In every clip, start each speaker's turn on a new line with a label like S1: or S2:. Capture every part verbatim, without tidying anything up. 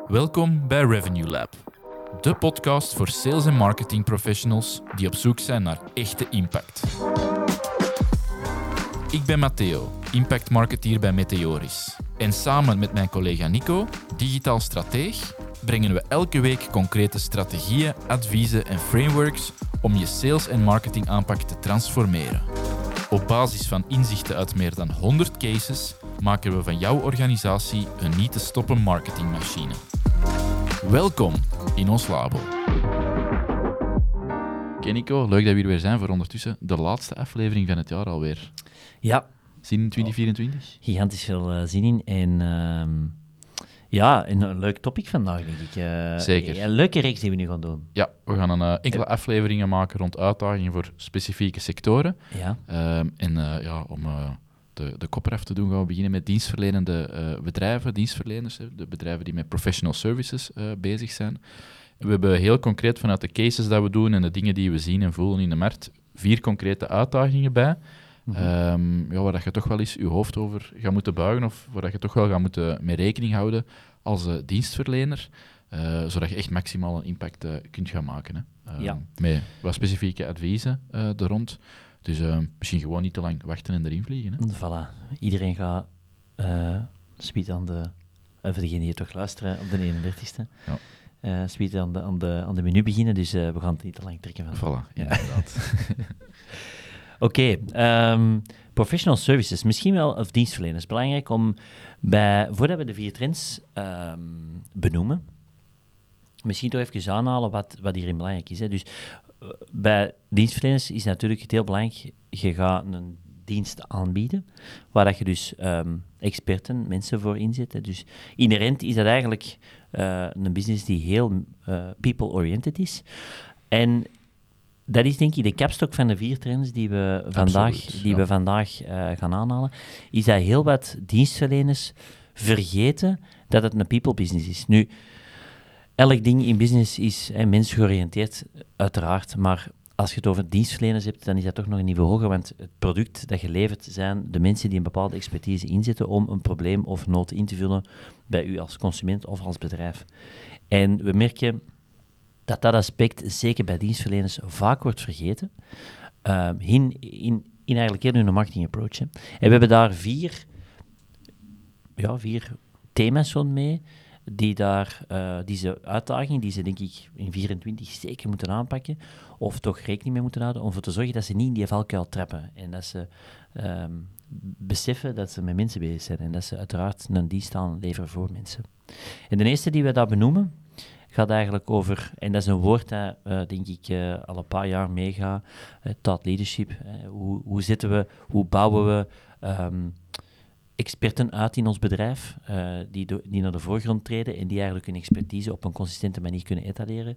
S1: Welkom bij Revenue Lab, de podcast voor sales- en marketing professionals die op zoek zijn naar echte impact. Ik ben Matteo, impact marketeer bij Meteoris. En samen met mijn collega Nico, digitaal strateeg, brengen we elke week concrete strategieën, adviezen en frameworks om je sales- en marketing aanpak te transformeren. Op basis van inzichten uit meer dan honderd cases maken we van jouw organisatie een niet te stoppen marketingmachine. Welkom in ons labo. Oké Nico, leuk dat we hier weer zijn voor ondertussen de laatste aflevering van het jaar alweer.
S2: Ja.
S1: Zin in twintig vierentwintig?
S2: Gigantisch veel uh, zin in. En uh, ja, en een leuk topic vandaag, denk ik. Uh,
S1: Zeker.
S2: Een leuke reeks die we nu gaan doen.
S1: Ja, we gaan een, uh, enkele ja. afleveringen maken rond uitdagingen voor specifieke sectoren.
S2: Ja.
S1: Uh, en uh, ja, om uh, de, de kop eraf te doen, gaan we beginnen met dienstverlenende uh, bedrijven, dienstverleners, hè, de bedrijven die met professional services uh, bezig zijn. We hebben heel concreet vanuit de cases dat we doen en de dingen die we zien en voelen in de markt, vier concrete uitdagingen bij. Mm-hmm. Um, ja, waar dat je toch wel eens je hoofd over gaat moeten buigen of waar dat je toch wel gaat moeten mee rekening houden als uh, dienstverlener, uh, zodat je echt maximaal een impact uh, kunt gaan maken. Hè. Um,
S2: ja.
S1: Met wat specifieke adviezen uh, er rond. Dus uh, misschien gewoon niet te lang wachten en erin vliegen. Hè.
S2: Voilà. Iedereen gaat uh, speed aan de... Uh, voor degenen die toch luisteren, op de eenendertigste. Ja. Uh, speed aan de, aan, de, aan de menu beginnen, dus uh, we gaan het niet te lang trekken. Van.
S1: Voilà, ja. Inderdaad.
S2: Oké, okay, um, professional services, misschien wel, of dienstverleners. Belangrijk om, bij, voordat we de vier trends um, benoemen, misschien toch even aanhalen wat, wat hierin belangrijk is. Hè. Dus uh, bij dienstverleners is natuurlijk het heel belangrijk, je gaat een dienst aanbieden, waar dat je dus um, experten, mensen voor inzet. Hè. Dus inherent is dat eigenlijk uh, een business die heel uh, people-oriented is. En dat is denk ik de kapstok van de vier trends die we vandaag, Absoluut, die ja. we vandaag uh, gaan aanhalen, is dat heel wat dienstverleners vergeten dat het een people business is. Nu, elk ding in business is hè, mensgeoriënteerd, uiteraard, maar als je het over dienstverleners hebt, dan is dat toch nog een niveau hoger, want het product dat je levert zijn de mensen die een bepaalde expertise inzetten om een probleem of nood in te vullen bij u als consument of als bedrijf. En we merken dat dat aspect, zeker bij dienstverleners, vaak wordt vergeten. Uh, in, in, in eigenlijk heel hun marketing approach. Hè. En we hebben daar vier, ja, vier thema's van mee, die daar, uh, deze uitdaging, die ze denk ik in vierentwintig zeker moeten aanpakken, of toch rekening mee moeten houden, om ervoor te zorgen dat ze niet in die valkuil trappen. En dat ze um, beseffen dat ze met mensen bezig zijn. En dat ze uiteraard een dienst aan leveren voor mensen. En de eerste die we daar benoemen, gaat eigenlijk over, en dat is een woord dat, uh, denk ik, uh, al een paar jaar meegaat, uh, thought leadership. Uh, hoe, hoe zitten we, hoe bouwen we um, experten uit in ons bedrijf, uh, die, do, die naar de voorgrond treden en die eigenlijk hun expertise op een consistente manier kunnen etaleren.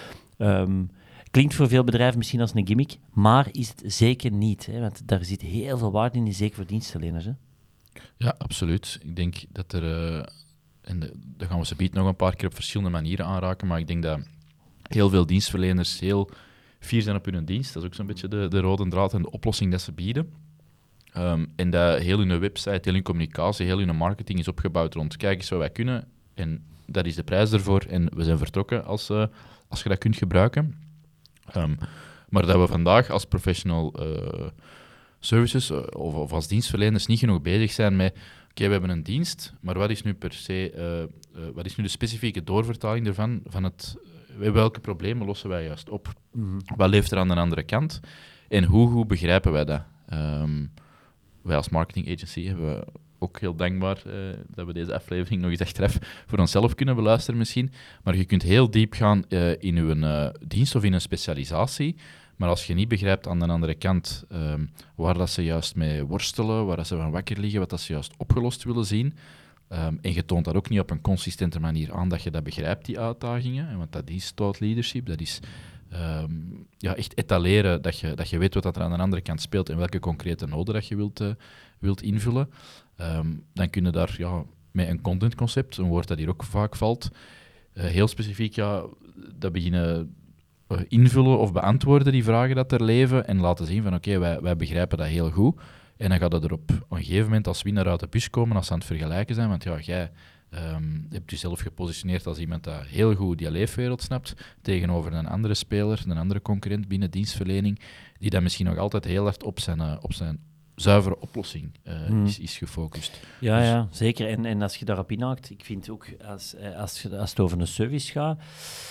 S2: Um, klinkt voor veel bedrijven misschien als een gimmick, maar is het zeker niet, hè, want daar zit heel veel waarde in, zeker voor dienstverleners. Hè.
S1: Ja, absoluut. Ik denk dat er... Uh... En de, daar gaan we ze biedt nog een paar keer op verschillende manieren aanraken, maar ik denk dat heel veel dienstverleners heel fier zijn op hun dienst. Dat is ook zo'n beetje de, de rode draad en de oplossing dat ze bieden. Um, en dat heel hun website, heel hun communicatie, heel hun marketing is opgebouwd rond kijk eens wat wij kunnen en dat is de prijs ervoor en we zijn vertrokken als, uh, als je dat kunt gebruiken. Um, maar dat we vandaag als professional uh, services uh, of, of als dienstverleners niet genoeg bezig zijn met oké, okay, we hebben een dienst, maar wat is nu per se, uh, uh, wat is nu de specifieke doorvertaling ervan, van het, uh, welke problemen lossen wij juist op? Mm-hmm. Wat leeft er aan de andere kant? En hoe goed begrijpen wij dat? Um, wij als marketing agency hebben we ook heel dankbaar uh, dat we deze aflevering nog eens achteraf voor onszelf kunnen beluisteren misschien, maar je kunt heel diep gaan uh, in uw uh, dienst of in een specialisatie. Maar als je niet begrijpt aan de andere kant um, waar dat ze juist mee worstelen, waar dat ze van wakker liggen, wat dat ze juist opgelost willen zien, um, en je toont dat ook niet op een consistente manier aan dat je dat begrijpt, die uitdagingen, want dat is thought leadership, dat is um, ja, echt etaleren dat je, dat je weet wat dat er aan de andere kant speelt en welke concrete noden dat je wilt, uh, wilt invullen. Um, dan kun je daar ja, met een contentconcept, een woord dat hier ook vaak valt, uh, heel specifiek ja, dat beginnen invullen of beantwoorden die vragen dat er leven en laten zien van oké, okay, wij, wij begrijpen dat heel goed. En dan gaat het er op een gegeven moment als winnaar uit de bus komen als ze aan het vergelijken zijn, want ja, jij Um, je hebt jezelf gepositioneerd als iemand dat heel goed die leefwereld snapt, tegenover een andere speler, een andere concurrent binnen dienstverlening, die dan misschien nog altijd heel hard op zijn, uh, op zijn zuivere oplossing uh, hmm. is, is gefocust.
S2: Ja,
S1: dus,
S2: ja zeker. En, en als je daarop inhaakt, ik vind ook, als, als, als het over een service gaat,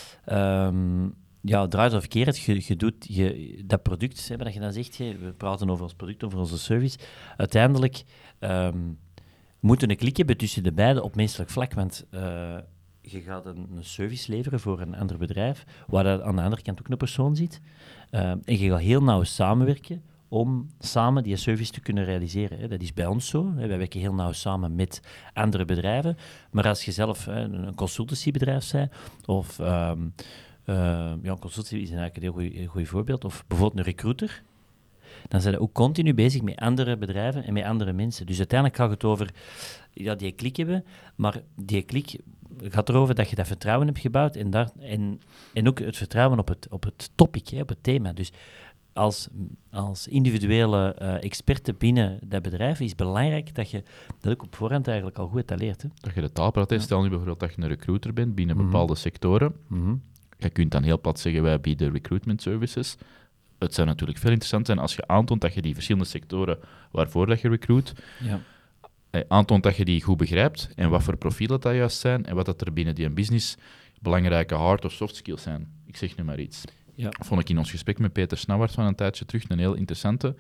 S2: um, ja, draait of verkeerd, je, je doet je, dat product, hè, dat je dan zegt, je, we praten over ons product, over onze service, uiteindelijk um, moeten een klik hebben tussen de beide op menselijk vlak, want uh, je gaat een, een service leveren voor een ander bedrijf, waar dat aan de andere kant ook een persoon zit, uh, en je gaat heel nauw samenwerken om samen die service te kunnen realiseren. Hè. Dat is bij ons zo. Hè. Wij werken heel nauw samen met andere bedrijven, maar als je zelf hè, een consultancybedrijf bent, of um, uh, ja, een consultancy is eigenlijk een heel goed, heel goed voorbeeld, of bijvoorbeeld een recruiter, dan zijn we ook continu bezig met andere bedrijven en met andere mensen. Dus uiteindelijk gaat het over ja, die klik hebben, maar die klik gaat erover dat je dat vertrouwen hebt gebouwd en, daar, en, en ook het vertrouwen op het, op het topic, hè, op het thema. Dus als, als individuele uh, experte binnen dat bedrijf is het belangrijk dat je dat ook op voorhand eigenlijk al goed etaleert. Hè.
S1: Dat je de taal praat. Ja. Stel nu bijvoorbeeld dat je een recruiter bent binnen mm-hmm. bepaalde sectoren.
S2: Mm-hmm.
S1: Je kunt dan heel plat zeggen, wij bieden recruitment services. Het zou natuurlijk veel interessanter zijn als je aantoont dat je die verschillende sectoren waarvoor dat je recruit,
S2: ja.
S1: eh, aantoont dat je die goed begrijpt en wat voor profielen dat juist zijn en wat dat er binnen die business belangrijke hard- of soft skills zijn. Ik zeg nu maar iets.
S2: Ja.
S1: Vond ik in ons gesprek met Peter Snauwaert van een tijdje terug een heel interessante.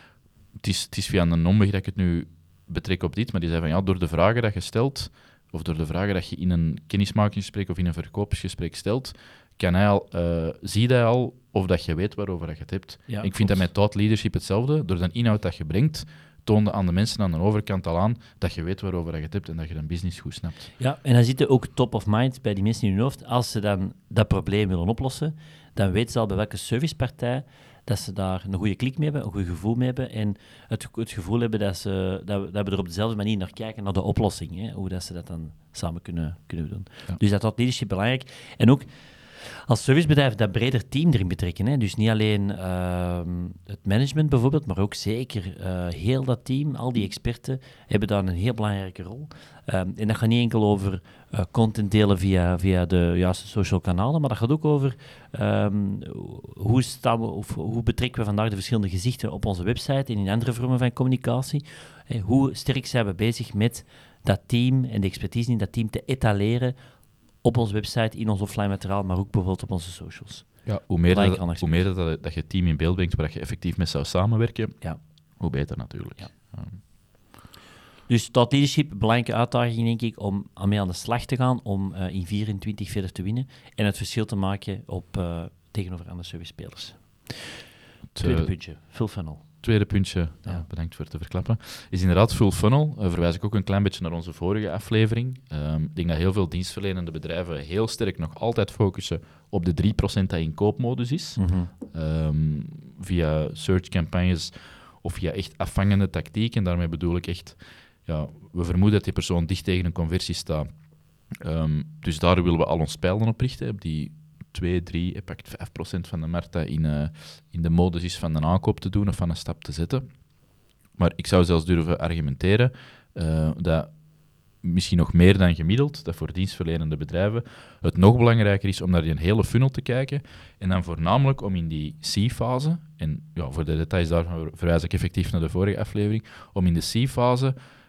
S1: Het is, het is via een omweg dat ik het nu betrek op dit, maar die zei van ja, door de vragen dat je stelt, of door de vragen dat je in een kennismakingsgesprek of in een verkoopsgesprek stelt, kan hij al, uh, zie hij al of dat je weet waarover dat je het hebt.
S2: Ja,
S1: ik vind
S2: klopt.
S1: dat met thought leadership hetzelfde. Door de inhoud dat je brengt, toonde aan de mensen aan de overkant al aan dat je weet waarover dat je het hebt en dat je een business goed snapt.
S2: Ja, en dan zit er ook top of mind bij die mensen in hun hoofd. Als ze dan dat probleem willen oplossen, dan weten ze al bij welke servicepartij dat ze daar een goede klik mee hebben, een goed gevoel mee hebben en het, het gevoel hebben dat, ze, dat, we, dat we er op dezelfde manier naar kijken, naar de oplossing, hè, hoe dat ze dat dan samen kunnen, kunnen doen.
S1: Ja.
S2: Dus dat thought leadership belangrijk. En ook als servicebedrijf dat breder team erin betrekken. Hè. Dus niet alleen uh, het management bijvoorbeeld, maar ook zeker uh, heel dat team, al die experten, hebben daar een heel belangrijke rol. Um, en dat gaat niet enkel over uh, content delen via, via de juiste social kanalen, maar dat gaat ook over um, hoe, staan we, of hoe betrekken we vandaag de verschillende gezichten op onze website en in andere vormen van communicatie. Hey, hoe sterk zijn we bezig met dat team en de expertise in dat team te etaleren op onze website, in ons offline materiaal, maar ook bijvoorbeeld op onze socials.
S1: Ja, hoe meer, dat, hoe meer dat, dat je het team in beeld brengt waar je effectief mee zou samenwerken,
S2: ja.
S1: hoe beter natuurlijk.
S2: Ja.
S1: Um.
S2: Dus thought leadership, belangrijke uitdaging denk ik, om mee aan de slag te gaan, om uh, in vierentwintig verder te winnen en het verschil te maken op, uh, tegenover andere servicespelers. Tweede uh, puntje, full funnel.
S1: Tweede puntje, ja. Ja, bedankt voor het te verklappen, is inderdaad full funnel. Uh, verwijs ik ook een klein beetje naar onze vorige aflevering. Um, ik denk dat heel veel dienstverlenende bedrijven heel sterk nog altijd focussen op de drie procent dat in koopmodus is.
S2: Mm-hmm.
S1: Um, via search-campagnes of via echt afvangende tactieken. Daarmee bedoel ik echt, ja, we vermoeden dat die persoon dicht tegen een conversie staat. Um, dus daar willen we al ons pijlen op richten, op die twee, drie, pakt vijf procent van de markt dat in, uh, in de modus is van een aankoop te doen of van een stap te zetten. Maar ik zou zelfs durven argumenteren uh, dat misschien nog meer dan gemiddeld, dat voor dienstverlenende bedrijven het nog belangrijker is om naar die hele funnel te kijken en dan voornamelijk om in die C-fase, en ja, voor de details daarvan verwijs ik effectief naar de vorige aflevering, om in de C-fase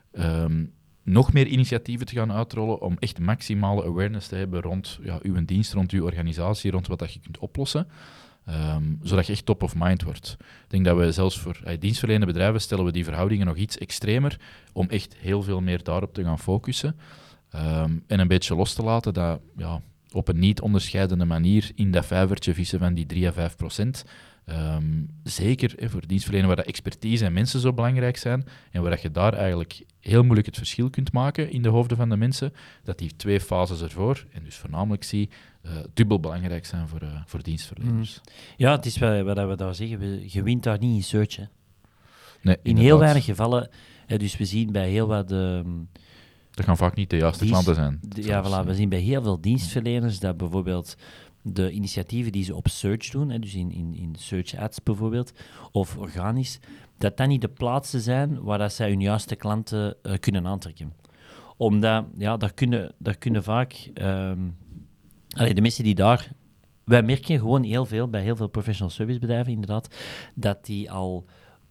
S1: um, nog meer initiatieven te gaan uitrollen om echt maximale awareness te hebben rond ja, uw dienst, rond uw organisatie, rond wat dat je kunt oplossen, um, zodat je echt top of mind wordt. Ik denk dat we zelfs voor uh, dienstverlenende bedrijven stellen we die verhoudingen nog iets extremer om echt heel veel meer daarop te gaan focussen um, en een beetje los te laten dat ja, op een niet onderscheidende manier in dat vijvertje vissen van die drie à vijf procent. Um, zeker hè, voor dienstverlenen waar dat expertise en mensen zo belangrijk zijn en waar dat je daar eigenlijk heel moeilijk het verschil kunt maken in de hoofden van de mensen, dat die twee fases ervoor, en dus voornamelijk zie, uh, dubbel belangrijk zijn voor, uh, voor dienstverleners.
S2: Mm. Ja, het is wel wat we daar zeggen, we, je wint daar niet in search. Hè.
S1: Nee,
S2: in heel weinig gevallen, hè, dus we zien bij heel wat... Uh,
S1: dat gaan vaak niet de juiste
S2: dienst,
S1: klanten zijn.
S2: De, ja, voilà, we zien bij heel veel dienstverleners dat bijvoorbeeld de initiatieven die ze op search doen, hè, dus in, in, in search ads bijvoorbeeld, of organisch, dat dat niet de plaatsen zijn waar dat zij hun juiste klanten uh, kunnen aantrekken. Omdat, ja, daar kunnen, daar kunnen vaak... Um, allee, de mensen die daar... Wij merken gewoon heel veel, bij heel veel professional servicebedrijven inderdaad, dat die al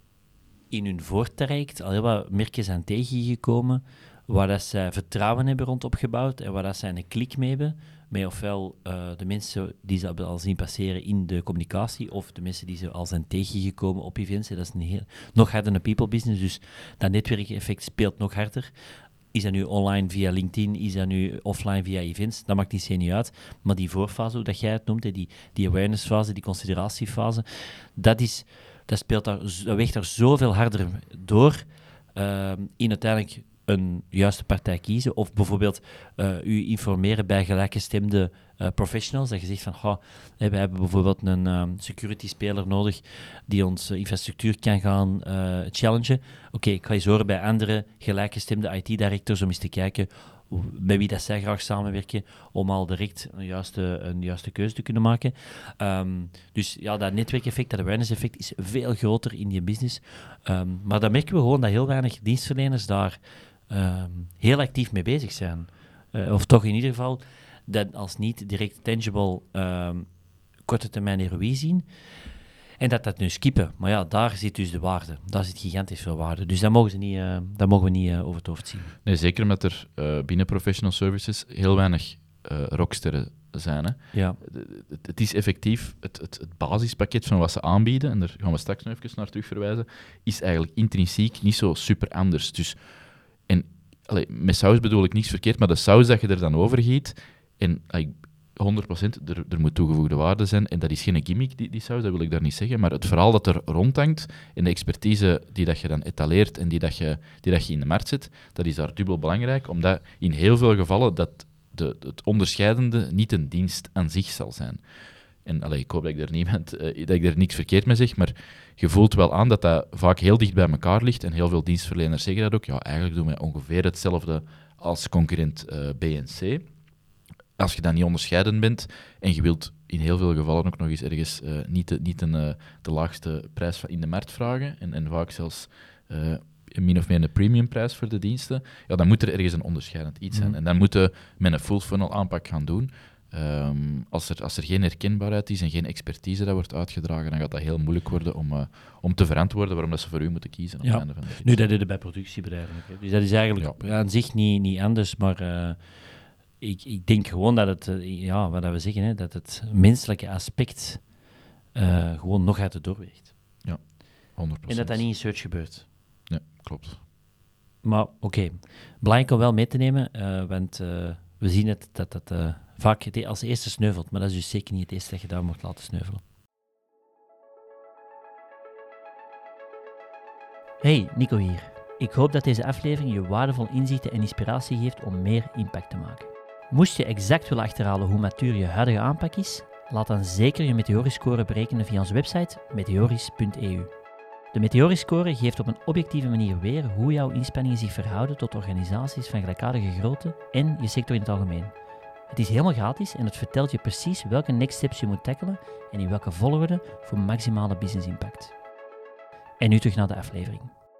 S2: in hun voortraject al heel wat merken zijn tegengekomen waar dat zij vertrouwen hebben rond opgebouwd en waar dat zij een klik mee hebben, met ofwel uh, de mensen die ze al zien passeren in de communicatie, of de mensen die ze al zijn tegengekomen op events. Dat is een heel, nog harder een people business, dus dat netwerkeffect speelt nog harder. Is dat nu online via LinkedIn, is dat nu offline via events, dat maakt niet niet uit. Maar die voorfase, hoe dat jij het noemt, die, die awareness-fase, die consideratiefase, dat, is, dat, speelt daar, dat weegt daar zoveel harder door uh, in uiteindelijk een juiste partij kiezen, of bijvoorbeeld uh, u informeren bij gelijkgestemde uh, professionals, dat je zegt van, oh, we hebben bijvoorbeeld een uh, security-speler nodig die onze uh, infrastructuur kan gaan uh, challengen. Oké, okay, ik ga eens horen bij andere gelijkgestemde I T-directors om eens te kijken met wie dat zij graag samenwerken, om al direct een juiste, een juiste keuze te kunnen maken. Um, dus ja, dat netwerkeffect, dat awareness-effect is veel groter in die business. Um, maar dan merken we gewoon dat heel weinig dienstverleners daar Um, heel actief mee bezig zijn. Uh, of toch in ieder geval dat als niet direct tangible um, korte termijn R O I zien. En dat dat nu skippen. Maar ja, daar zit dus de waarde. Daar zit gigantisch veel waarde. Dus dat mogen, ze niet, uh, dat mogen we niet uh, over het hoofd zien.
S1: Nee, zeker met er uh, binnen professional services heel weinig uh, rocksterren zijn. Hè.
S2: Ja.
S1: Het, het is effectief het, het, het basispakket van wat ze aanbieden, en daar gaan we straks nog even naar terug verwijzen, is eigenlijk intrinsiek niet zo super anders. Dus En allee, met saus bedoel ik niks verkeerd, maar de saus dat je er dan overgiet, en allee, honderd procent, er, er moet toegevoegde waarde zijn, en dat is geen gimmick, die, die saus, dat wil ik daar niet zeggen, maar het verhaal dat er rondhangt, en de expertise die dat je dan etaleert en die dat je, die dat je in de markt zet, dat is daar dubbel belangrijk, omdat in heel veel gevallen dat de, het onderscheidende niet een dienst aan zich zal zijn. En allee, ik hoop dat ik, er niemand, uh, dat ik er niks verkeerd mee zeg, maar je voelt wel aan dat dat vaak heel dicht bij elkaar ligt. En heel veel dienstverleners zeggen dat ook. Ja, eigenlijk doen wij ongeveer hetzelfde als concurrent uh, B en C. Als je dan niet onderscheidend bent en je wilt in heel veel gevallen ook nog eens ergens uh, niet, de, niet een, uh, de laagste prijs in de markt vragen en, en vaak zelfs uh, min of meer een premiumprijs voor de diensten, ja, dan moet er ergens een onderscheidend iets zijn. Mm. En dan moeten we met een full funnel aanpak gaan doen. Um, als, er, als er geen herkenbaarheid is en geen expertise dat wordt uitgedragen, dan gaat dat heel moeilijk worden om, uh, om te verantwoorden waarom dat ze voor u moeten kiezen. Op
S2: ja.
S1: het einde van de
S2: nu, dat doe je bij productiebedrijven ook. Hè. Dus dat is eigenlijk ja. aan zich niet, niet anders, maar uh, ik, ik denk gewoon dat het, uh, ja, wat we zeggen, hè, dat het menselijke aspect uh, gewoon nog uit de doorweegt.
S1: Ja, honderd procent.
S2: En dat dat niet in search gebeurt.
S1: Ja, klopt.
S2: Maar oké, okay. belangrijk om wel mee te nemen, uh, want uh, we zien het dat dat uh, vaak als eerste sneuvelt, maar dat is dus zeker niet het eerste dat je daar moet laten sneuvelen. Hey, Nico hier. Ik hoop dat deze aflevering je waardevol inzichten en inspiratie geeft om meer impact te maken. Moest je exact willen achterhalen hoe matuur je huidige aanpak is, laat dan zeker je Meteoris-score berekenen via onze website meteoris punt e u. De Meteoris-score geeft op een objectieve manier weer hoe jouw inspanningen zich verhouden tot organisaties van gelijkaardige grootte en je sector in het algemeen. Het is helemaal gratis en het vertelt je precies welke next steps je moet tackelen en in welke volgorde voor maximale business impact. En nu terug naar de aflevering.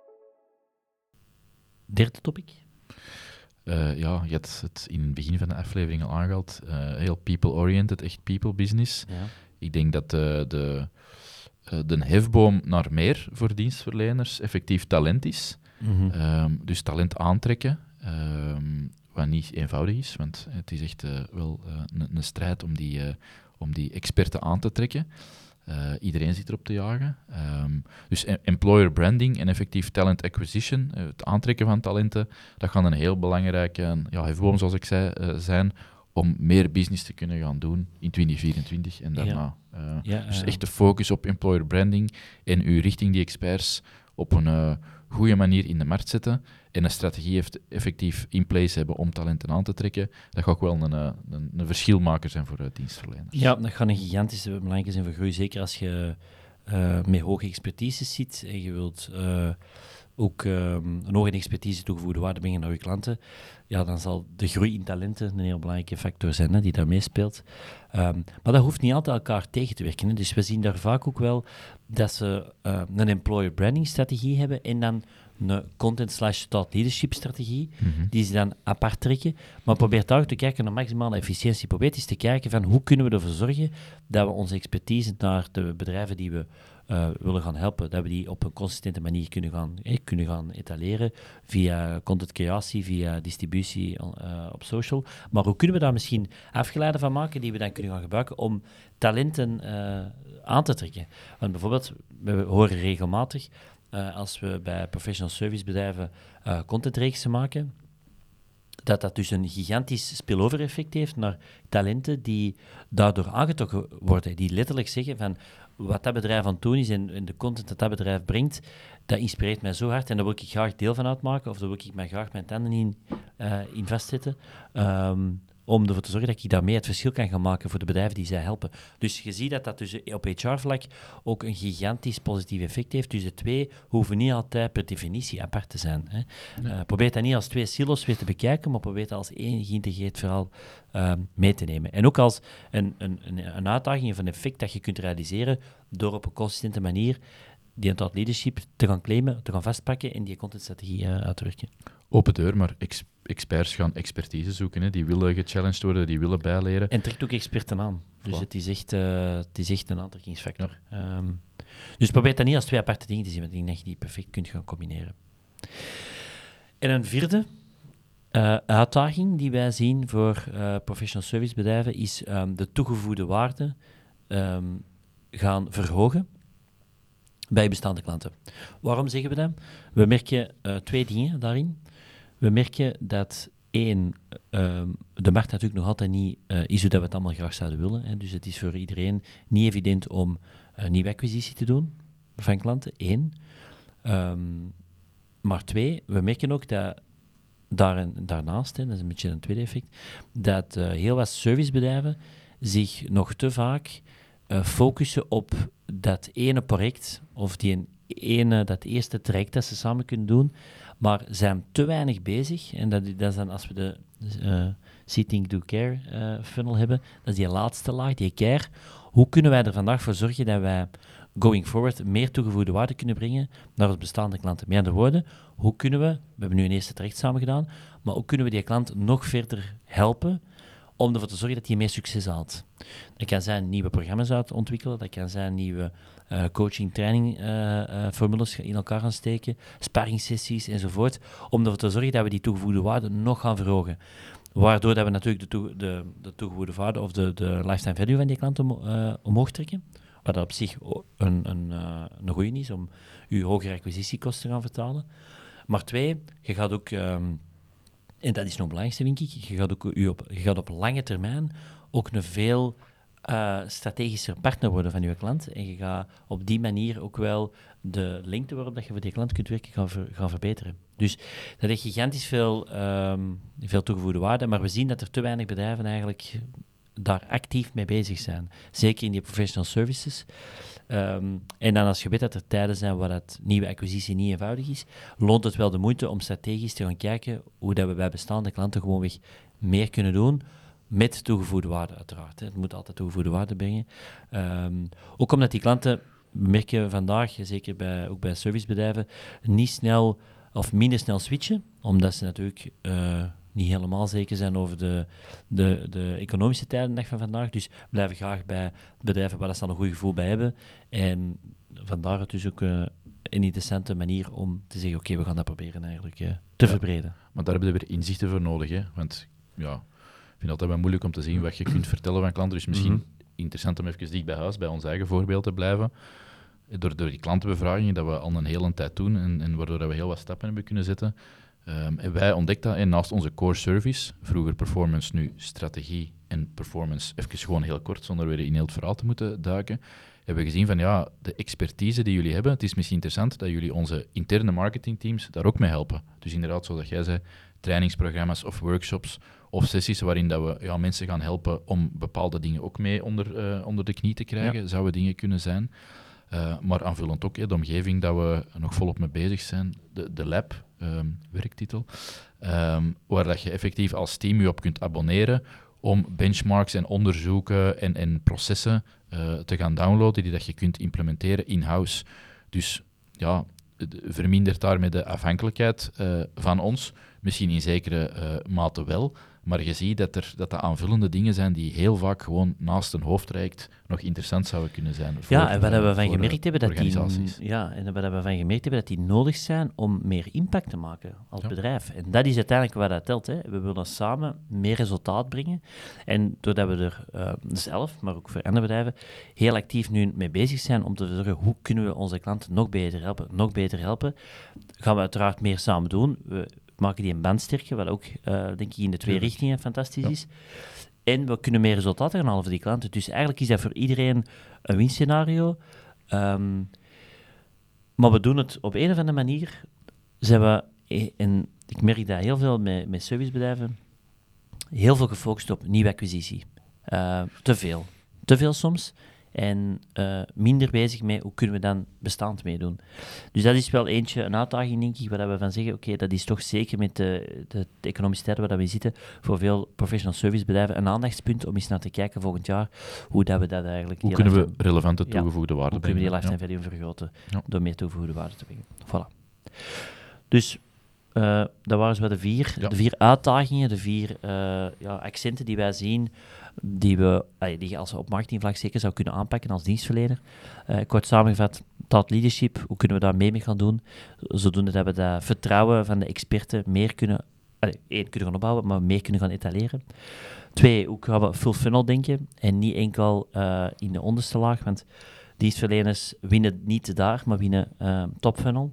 S2: Derde topic.
S1: Uh, ja, je hebt het in het begin van de aflevering al aangehaald. Uh, heel people-oriented, echt people business. Ja. Ik denk dat de, de, de hefboom naar meer voor dienstverleners effectief talent is. Mm-hmm. Um, dus talent aantrekken, um, wat niet eenvoudig is, want het is echt uh, wel uh, een, een strijd om die, uh, om die experten aan te trekken. Uh, iedereen zit erop te jagen. Um, dus employer branding en effectief talent acquisition, uh, het aantrekken van talenten, dat gaat een heel belangrijke ja, hefboom, zoals ik zei, uh, zijn om meer business te kunnen gaan doen in twintig vierentwintig en daarna. Ja. Uh, ja, dus uh, echt de focus op employer branding en u richting die experts op een uh, goede manier in de markt zetten en een strategie heeft effectief in place hebben om talenten aan te trekken, dat gaat ook wel een, een, een verschilmaker zijn voor uh, dienstverleners.
S2: Ja, dat gaat een gigantische belangrijke zijn voor groei, zeker als je uh, met hoge expertise zit en je wilt uh, ook uh, een hoge expertise toegevoegde waarde brengen naar je klanten, ja, dan zal de groei in talenten een heel belangrijke factor zijn, hè, die daar meespeelt. Um, maar dat hoeft niet altijd elkaar tegen te werken. Hè. Dus we zien daar vaak ook wel dat ze uh, een employer branding strategie hebben en dan een content slash thought leadership strategie,
S1: Mm-hmm.
S2: die ze dan apart trekken, maar probeert daar ook te kijken naar maximale efficiëntie. Probeert eens te kijken van hoe kunnen we ervoor zorgen dat we onze expertise naar de bedrijven die we uh, willen gaan helpen, dat we die op een consistente manier kunnen gaan, eh, kunnen gaan etaleren via content creatie, via distributie uh, op social. Maar hoe kunnen we daar misschien afgeleiden van maken die we dan kunnen gaan gebruiken om talenten uh, aan te trekken? Want bijvoorbeeld, we horen regelmatig, uh, als we bij professional service bedrijven uh, contentreeksen maken, dat dat dus een gigantisch spillover effect heeft naar talenten die daardoor aangetrokken worden. Die letterlijk zeggen van, wat dat bedrijf aan het doen is en, en de content dat dat bedrijf brengt, dat inspireert mij zo hard en daar wil ik graag deel van uitmaken of daar wil ik mij graag mijn tanden in, uh, in vastzetten. Um, om ervoor te zorgen dat ik daarmee het verschil kan gaan maken voor de bedrijven die zij helpen. Dus je ziet dat dat dus op H R-vlak ook een gigantisch positief effect heeft. Dus de twee hoeven niet altijd per definitie apart te zijn. Hè. Ja. Uh, probeer dat niet als twee silo's weer te bekijken, maar probeer dat als één geïntegreerd verhaal uh, mee te nemen. En ook als een, een, een uitdaging of een effect dat je kunt realiseren door op een consistente manier die thought leadership te gaan claimen, te gaan vastpakken en die contentstrategie uh, uit te werken.
S1: Open deur, maar ex- experts gaan expertise zoeken. Hè. Die willen gechallenged worden, die willen bijleren.
S2: En trekt ook experten aan. Dus het is, echt, uh, het is echt een aantrekkingsfactor. Ja. Um, dus probeer dat niet als twee aparte dingen te zien, want ik denk dat je die perfect kunt gaan combineren. En een vierde uh, uitdaging die wij zien voor uh, professional service bedrijven is um, de toegevoegde waarde um, gaan verhogen bij bestaande klanten. Waarom zeggen we dat? We merken uh, twee dingen daarin. We merken dat één, uh, de markt natuurlijk nog altijd niet uh, is hoe dat we het allemaal graag zouden willen. Hè. Dus het is voor iedereen niet evident om een nieuwe acquisitie te doen van klanten, één. Um, maar twee, we merken ook dat daar en, daarnaast, hè, dat is een beetje een tweede effect, dat uh, heel wat servicebedrijven zich nog te vaak uh, focussen op dat ene project of die ene, dat eerste traject dat ze samen kunnen doen, maar zijn te weinig bezig. En dat, dat is dan als we de uh, See, Think, Do, Care uh, funnel hebben, dat is die laatste laag, die care. Hoe kunnen wij er vandaag voor zorgen dat wij going forward meer toegevoegde waarde kunnen brengen naar onze bestaande klanten? Met andere woorden, hoe kunnen we, we hebben nu een eerste traject samen gedaan, maar hoe kunnen we die klant nog verder helpen om ervoor te zorgen dat hij meer succes haalt? Dat kan zijn nieuwe programma's uit ontwikkelen, dat kan zijn nieuwe uh, coaching, training uh, uh, formules in elkaar gaan steken, sparringssessies enzovoort, om ervoor te zorgen dat we die toegevoegde waarde nog gaan verhogen. Waardoor dat we natuurlijk de, toe, de, de toegevoegde waarde of de, de lifetime value van die klant om, uh, omhoog trekken, wat dat op zich een, een, uh, een goeie is om je hogere acquisitiekosten te gaan vertalen. Maar twee, je gaat ook... Um, En dat is nog het belangrijkste, denk ik. Je gaat, ook, je, op, je gaat op lange termijn ook een veel uh, strategischer partner worden van je klant. En je gaat op die manier ook wel de lengte waarop dat je voor die klant kunt werken gaan, ver, gaan verbeteren. Dus dat heeft gigantisch veel, um, veel toegevoegde waarde. Maar we zien dat er te weinig bedrijven eigenlijk daar actief mee bezig zijn. Zeker in die professional services. Um, en dan als je weet dat er tijden zijn waar dat nieuwe acquisitie niet eenvoudig is, loont het wel de moeite om strategisch te gaan kijken hoe dat we bij bestaande klanten gewoonweg meer kunnen doen, met toegevoegde waarde uiteraard. Hè. Het moet altijd toegevoegde waarde brengen. Um, ook omdat die klanten, merken we vandaag, zeker bij, ook bij servicebedrijven, niet snel of minder snel switchen, omdat ze natuurlijk... Uh, niet helemaal zeker zijn over de, de, de economische tijden dag van vandaag. Dus blijven graag bij bedrijven waar ze dan een goed gevoel bij hebben. En vandaar het dus ook uh, een interessante manier om te zeggen, oké, okay, we gaan dat proberen eigenlijk uh, te ja, verbreden.
S1: Maar daar hebben we weer inzichten voor nodig. Hè? Want ja, ik vind het altijd wel moeilijk om te zien wat je kunt vertellen van klanten. Dus misschien mm-hmm. interessant om even dicht bij huis, bij ons eigen voorbeeld te blijven. Door, door die klantenbevragingen dat we al een hele tijd doen en, en waardoor we heel wat stappen hebben kunnen zetten. Um, en wij ontdekten dat en naast onze core service, vroeger performance, nu strategie en performance, even gewoon heel kort, zonder weer in heel het verhaal te moeten duiken, hebben we gezien van ja, de expertise die jullie hebben, het is misschien interessant dat jullie onze interne marketingteams daar ook mee helpen. Dus inderdaad, zoals jij zei, trainingsprogramma's of workshops of sessies waarin dat we ja, mensen gaan helpen om bepaalde dingen ook mee onder, uh, onder de knie te krijgen, ja. zouden dingen kunnen zijn. Uh, maar aanvullend ook, hè, de omgeving dat we nog volop mee bezig zijn, de, de lab, um, werktitel, um, waar dat je effectief als team je op kunt abonneren om benchmarks en onderzoeken en, en processen uh, te gaan downloaden die dat je kunt implementeren in-house. Dus ja, de- vermindert daarmee de afhankelijkheid uh, van ons. Misschien in zekere uh, mate wel. Maar je ziet dat er dat de aanvullende dingen zijn die heel vaak gewoon naast een hoofdtraject nog interessant zouden kunnen zijn. Voor,
S2: ja, en wat
S1: uh,
S2: we van
S1: voor,
S2: gemerkt hebben dat die,
S1: organisaties.
S2: ja, en wat we van gemerkt hebben dat die nodig zijn om meer impact te maken als
S1: Ja.
S2: bedrijf. En dat is uiteindelijk wat dat telt. Hè. We willen samen meer resultaat brengen. En doordat we er uh, zelf, maar ook voor andere bedrijven, heel actief nu mee bezig zijn om te zorgen hoe kunnen we onze klanten nog beter helpen, nog beter helpen, gaan we uiteraard meer samen doen. We maken die een band sterker, wat ook, uh, denk ik, in de twee
S1: Ja.
S2: richtingen fantastisch
S1: Ja.
S2: is. En we kunnen meer resultaten gaan halen voor die klanten. Dus eigenlijk is dat voor iedereen een winstscenario. Um, maar we doen het op een of andere manier. Zijn we, en ik merk dat heel veel met, met servicebedrijven, heel veel gefocust op nieuwe acquisitie. Uh, te veel. Te veel soms. En uh, minder bezig met hoe kunnen we dan bestaand meedoen. Dus dat is wel eentje, een uitdaging, denk ik, waar we van zeggen, oké, okay, dat is toch zeker met de, de, de economische tijden waar we zitten, voor veel professional servicebedrijven een aandachtspunt om eens naar te kijken volgend jaar, hoe dat we dat eigenlijk...
S1: Hoe kunnen we relevante toegevoegde
S2: ja,
S1: waarde
S2: hoe kunnen we die
S1: brengen?
S2: lifetime value vergroten
S1: Ja.
S2: door meer toegevoegde waarde te brengen. Voilà. Dus... Uh, dat waren zo de vier,
S1: Ja.
S2: de vier uitdagingen, de vier uh, ja, accenten die wij zien, die, we, uh, die je als op marketingvlak zeker zou kunnen aanpakken als dienstverlener. Uh, kort samengevat, thought leadership, hoe kunnen we daar mee mee gaan doen, zodoende dat we dat vertrouwen van de experten meer kunnen, uh, één, kunnen gaan opbouwen, maar meer kunnen gaan etaleren. Twee, hoe gaan we full funnel denken en niet enkel uh, in de onderste laag, want dienstverleners winnen niet daar, maar winnen uh, top funnel.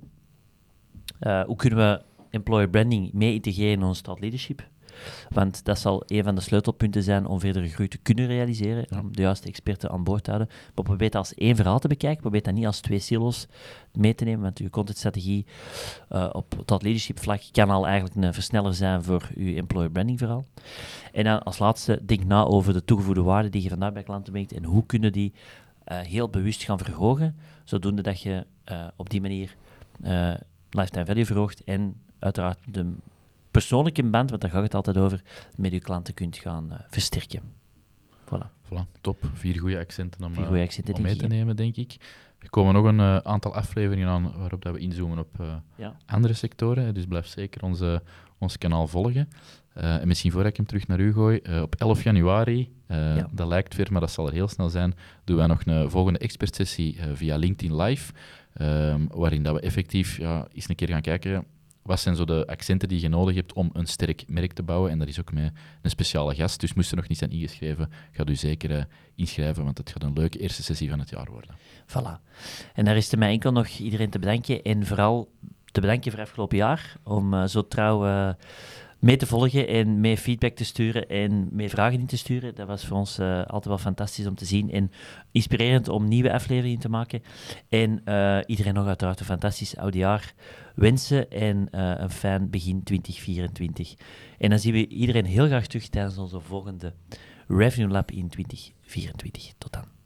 S2: Uh, hoe kunnen we employer branding mee integreren in ons thought leadership? Want dat zal een van de sleutelpunten zijn om verdere groei te kunnen realiseren,
S1: Ja.
S2: om de juiste experten aan boord te houden. Maar probeer dat als één verhaal te bekijken, probeer dat niet als twee silo's mee te nemen, want je contentstrategie uh, op thought leadership vlak kan al eigenlijk een versneller zijn voor je employer branding verhaal. En dan als laatste, denk na over de toegevoegde waarde die je vandaag bij klanten brengt en hoe kunnen die uh, heel bewust gaan verhogen, zodoende dat je uh, op die manier uh, lifetime value verhoogt en uiteraard de persoonlijke band, want daar gaat het altijd over, met je klanten kunt gaan uh, versterken. Voilà.
S1: Voilà, top. Vier goede accenten om,
S2: Vier goede accenten,
S1: uh, om mee
S2: denk
S1: te
S2: ik.
S1: nemen, denk ik. Er komen nog een uh, aantal afleveringen aan waarop dat we inzoomen op uh,
S2: Ja.
S1: andere sectoren. Dus blijf zeker onze, ons kanaal volgen. Uh, en misschien voordat ik hem terug naar u gooi, uh, op elf januari, uh,
S2: Ja.
S1: dat lijkt ver, maar dat zal er heel snel zijn, doen wij nog een volgende expertsessie uh, via LinkedIn Live, um, waarin dat we effectief ja, eens een keer gaan kijken, wat zijn zo de accenten die je nodig hebt om een sterk merk te bouwen. En dat is ook met een speciale gast, dus moest er nog niet zijn ingeschreven, ga u zeker uh, inschrijven, want het gaat een leuke eerste sessie van het jaar worden.
S2: Voilà. En daar is er mij enkel nog iedereen te bedanken en vooral te bedanken voor het afgelopen jaar, om uh, zo trouw uh, mee te volgen en mee feedback te sturen en mee vragen in te sturen. Dat was voor ons uh, altijd wel fantastisch om te zien en inspirerend om nieuwe afleveringen te maken. En uh, iedereen nog uiteraard een fantastisch oudjaar wensen en uh, een fijn begin twintig vierentwintig. En dan zien we iedereen heel graag terug tijdens onze volgende Revenue Lab in twintig vierentwintig. Tot dan.